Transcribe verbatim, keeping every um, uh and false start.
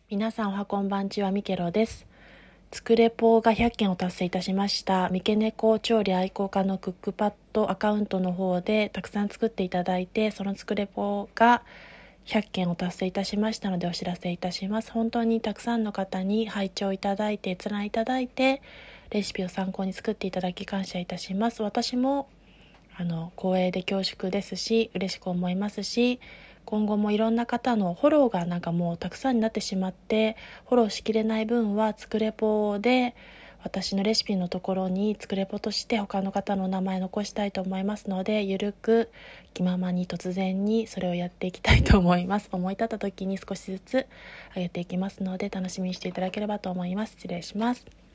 皆さんおはこんばんちは、ミケロです。つくれぽがひゃっけんを達成いたしました。三毛猫調理愛好家のクックパッドアカウントの方でたくさん作っていただいて、そのつくれぽがひゃっけんを達成いたしましたのでお知らせいたします。本当にたくさんの方に拝聴いただいて閲覧いただいて、レシピを参考に作っていただき感謝いたします。私もあの光栄で恐縮ですし、嬉しく思いますし、今後もいろんな方のフォローがなんかもうたくさんになってしまって、フォローしきれない分はつくれぽで私のレシピのところにつくれぽとして他の方のお名前残したいと思いますので、ゆるく気ままに突然にそれをやっていきたいと思います。思い立った時に少しずつ上げていきますので、楽しみにしていただければと思います。失礼します。